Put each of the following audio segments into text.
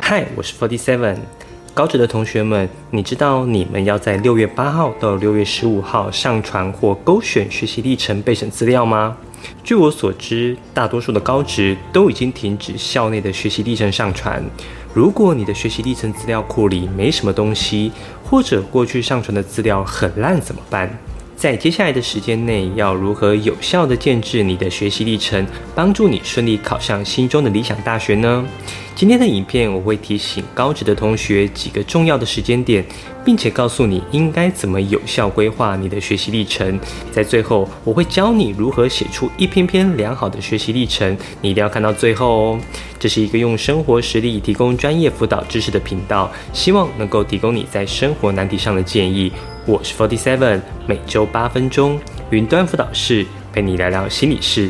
嗨，我是47。高职的同学们，你知道你们要在6月8号到6月15号上传或勾选学习历程备审资料吗？据我所知，大多数的高职都已经停止校内的学习历程上传。如果你的学习历程资料库里没什么东西，或者过去上传的资料很烂怎么办？在接下来的时间内，要如何有效地建制你的学习历程，帮助你顺利考上心中的理想大学呢？今天的影片我会提醒高职的同学几个重要的时间点，并且告诉你应该怎么有效规划你的学习历程。在最后，我会教你如何写出一篇篇良好的学习历程，你一定要看到最后哦。这是一个用生活实例提供专业辅导知识的频道，希望能够提供你在生活难题上的建议。我是47，每周8分钟，云端辅导室陪你聊聊心理事。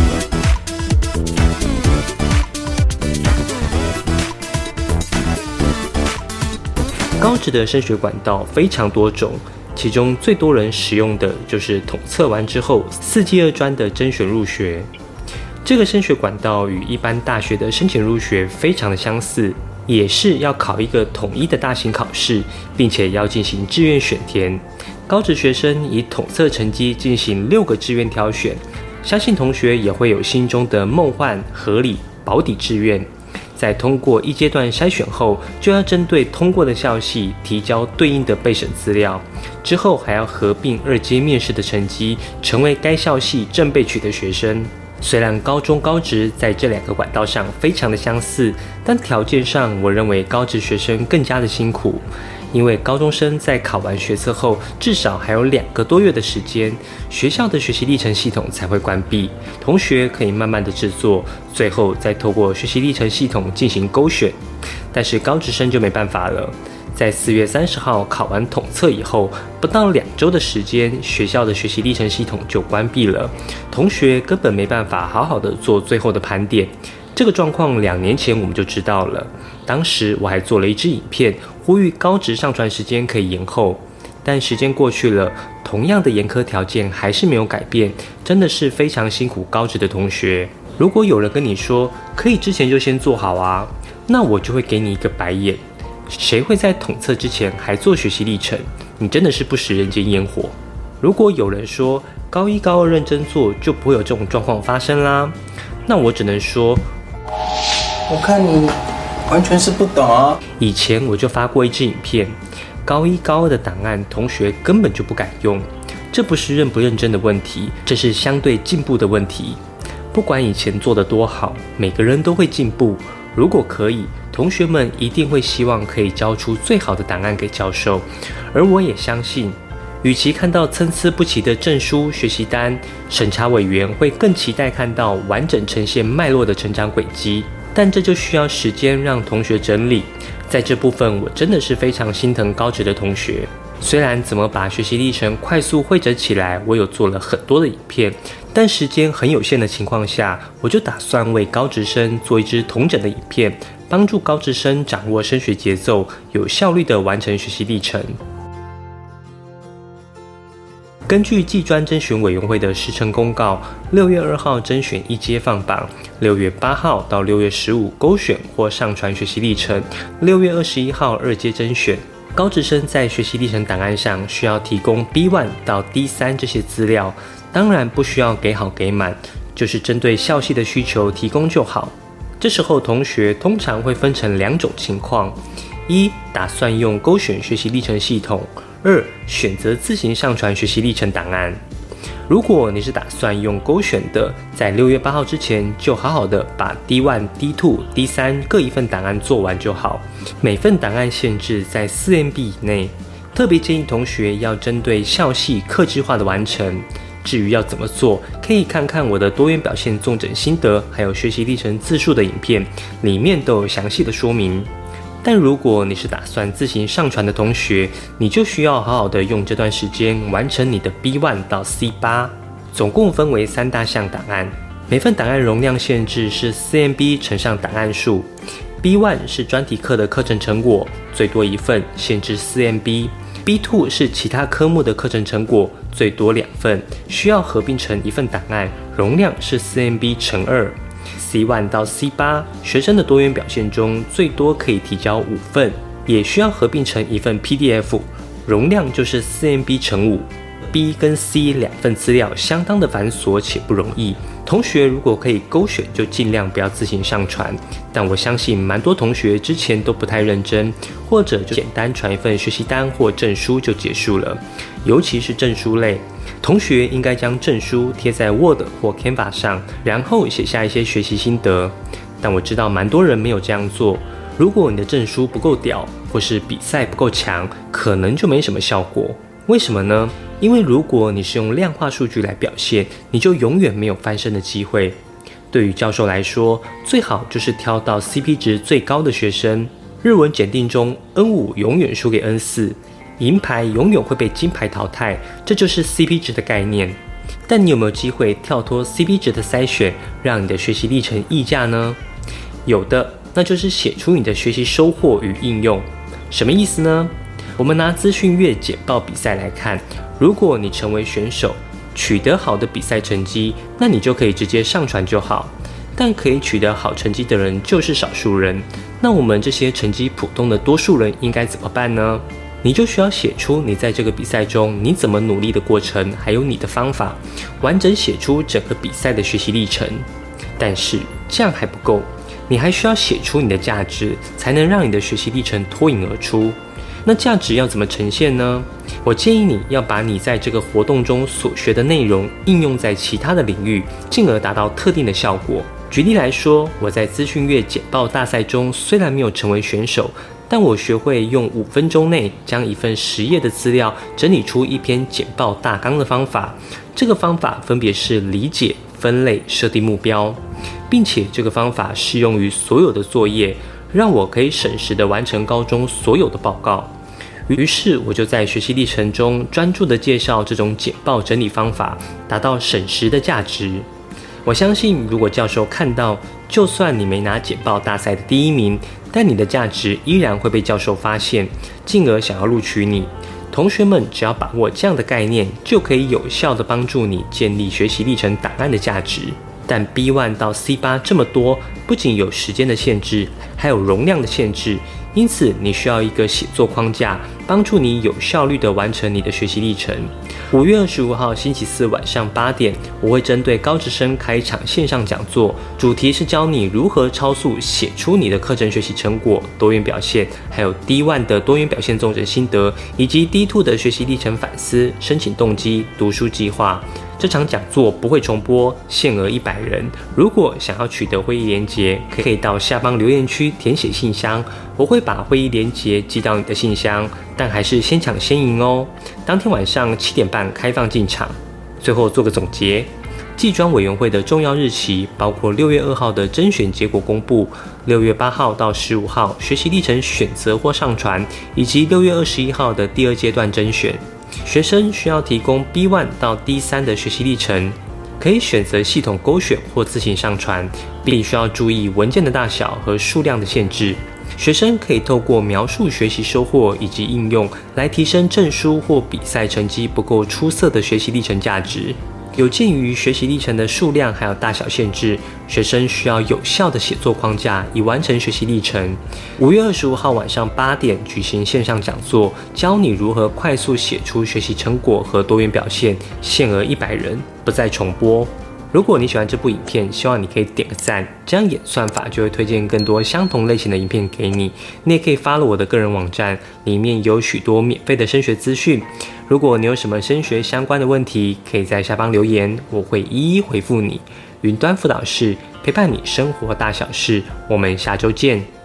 高职的升学管道非常多种，其中最多人使用的就是统测完之后4技2专的甄选入学。这个升学管道与一般大学的申请入学非常的相似，也是要考一个统一的大型考试，并且要进行志愿选填。高职学生以统测成绩进行6个志愿挑选，相信同学也会有心中的梦幻、合理、保底志愿。在通过一阶段筛选后，就要针对通过的校系提交对应的备审资料，之后还要合并2阶面试的成绩，成为该校系正备取的学生。虽然高中高职在这2个管道上非常的相似，但条件上我认为高职学生更加的辛苦。因为高中生在考完学测后，至少还有2个多月的时间，学校的学习历程系统才会关闭，同学可以慢慢的制作，最后再透过学习历程系统进行勾选。但是高职生就没办法了，在4月30号考完统测以后，不到2周的时间，学校的学习历程系统就关闭了，同学根本没办法好好的做最后的盘点。这个状况2年前我们就知道了，当时我还做了一支影片，呼吁高职上传时间可以延后。但时间过去了，同样的严苛条件还是没有改变，真的是非常辛苦高职的同学。如果有人跟你说可以之前就先做好啊，那我就会给你一个白眼。谁会在统测之前还做学习历程？你真的是不食人间烟火。如果有人说高1高2认真做就不会有这种状况发生啦，那我只能说我看你完全是不懂啊。 以前我就发过一支影片，高1高2的档案同学根本就不敢用，这不是认不认真的问题，这是相对进步的问题。不管以前做得多好，每个人都会进步。如果可以，同学们一定会希望可以交出最好的档案给教授，而我也相信，与其看到参差不齐的证书、学习单，审查委员会更期待看到完整呈现脉络的成长轨迹。但这就需要时间让同学整理。在这部分，我真的是非常心疼高职的同学。虽然怎么把学习历程快速汇整起来，我有做了很多的影片，但时间很有限的情况下，我就打算为高职生做一支统整的影片，帮助高职生掌握升学节奏，有效率地完成学习历程。根据技专甄选委员会的时程公告，6月2号甄选1阶放榜，6月8号到6月15勾选或上传学习历程，6月21号2阶甄选。高职生在学习历程档案上需要提供 B1 到 D3 这些资料，当然不需要给好给满，就是针对校系的需求提供就好。这时候同学通常会分成2种情况：一、打算用勾选学习历程系统；2、选择自行上传学习历程档案。如果你是打算用勾选的，在6月8号之前就好好的把 D1、D2、D3 各一份档案做完就好，每份档案限制在4MB 以内。特别建议同学要针对校系客制化的完成。至于要怎么做，可以看看我的多元表现纵整心得，还有学习历程自述的影片，里面都有详细的说明。但如果你是打算自行上传的同学，你就需要好好的用这段时间完成你的 B1 到 C8， 总共分为3大项档案，每份档案容量限制是 4MB 乘上档案数。B1 是专题课的课程成果，最多1份，限制 4MB。B2 是其他科目的课程成果，最多2份，需要合并成1份档案，容量是 4MB 乘2。 C1 到 C8， 学生的多元表现中最多可以提交5份，也需要合并成一份 PDF， 容量就是4MB 乘5。B 跟 C 2份资料相当的繁琐且不容易，同学如果可以勾选，就尽量不要自行上传。但我相信蛮多同学之前都不太认真，或者就简单传一份学习单或证书就结束了。尤其是证书类，同学应该将证书贴在 Word 或 Canva 上，然后写下一些学习心得。但我知道蛮多人没有这样做。如果你的证书不够屌，或是比赛不够强，可能就没什么效果。为什么呢？因为如果你是用量化数据来表现，你就永远没有翻身的机会。对于教授来说，最好就是挑到 CP 值最高的学生。日文检定中 N5 永远输给 N4， 银牌永远会被金牌淘汰，这就是 CP 值的概念。但你有没有机会跳脱 CP 值的筛选，让你的学习历程溢价呢？有的，那就是写出你的学习收获与应用。什么意思呢？我们拿资讯月简报比赛来看，如果你成为选手，取得好的比赛成绩，那你就可以直接上传就好。但可以取得好成绩的人就是少数人，那我们这些成绩普通的多数人应该怎么办呢？你就需要写出你在这个比赛中你怎么努力的过程，还有你的方法，完整写出整个比赛的学习历程。但是这样还不够，你还需要写出你的价值，才能让你的学习历程脱颖而出。那价值要怎么呈现呢？我建议你要把你在这个活动中所学的内容应用在其他的领域，进而达到特定的效果。举例来说，我在资讯月简报大赛中虽然没有成为选手，但我学会用5分钟内将一份10页的资料整理出一篇简报大纲的方法。这个方法分别是理解、分类、设定目标，并且这个方法适用于所有的作业，让我可以省时地完成高中所有的报告。于是我就在学习历程中专注地介绍这种简报整理方法，达到省时的价值。我相信如果教授看到，就算你没拿简报大赛的第1名，但你的价值依然会被教授发现，进而想要录取你。同学们只要把握这样的概念，就可以有效地帮助你建立学习历程档案的价值。但 B1 到 C8 这么多，不仅有时间的限制，还有容量的限制，因此你需要一个写作框架，帮助你有效率地完成你的学习历程。5月25号星期四晚上8点，我会针对高职生开一场线上讲座，主题是教你如何超速写出你的课程学习成果、多元表现，还有 D1 的多元表现纵整心得，以及 D2 的学习历程反思、申请动机、读书计划。这场讲座不会重播，限额100人。如果想要取得会议连结，可以到下方留言区填写信箱，我会把会议连结寄到你的信箱，但还是先抢先赢哦。当天晚上7点半开放进场。最后做个总结，技专委员会的重要日期包括6月2号的甄选结果公布，6月8号到15号学习历程选择或上传，以及6月21号的第2阶段甄选。学生需要提供 B1 到 D3 的学习历程，可以选择系统勾选或自行上传，并需要注意文件的大小和数量的限制。学生可以透过描述学习收获以及应用，来提升证书或比赛成绩不够出色的学习历程价值。有鉴于学习历程的数量还有大小限制，学生需要有效的写作框架以完成学习历程。5月25号晚上8点举行线上讲座，教你如何快速写出学习成果和多元表现，限额100人，不再重播。如果你喜欢这部影片，希望你可以点个赞，这样演算法就会推荐更多相同类型的影片给你。你也可以 follow 我的个人网站，里面有许多免费的升学资讯。如果你有什么升学相关的问题，可以在下方留言，我会一一回复你。云端辅导室陪伴你生活大小事，我们下周见。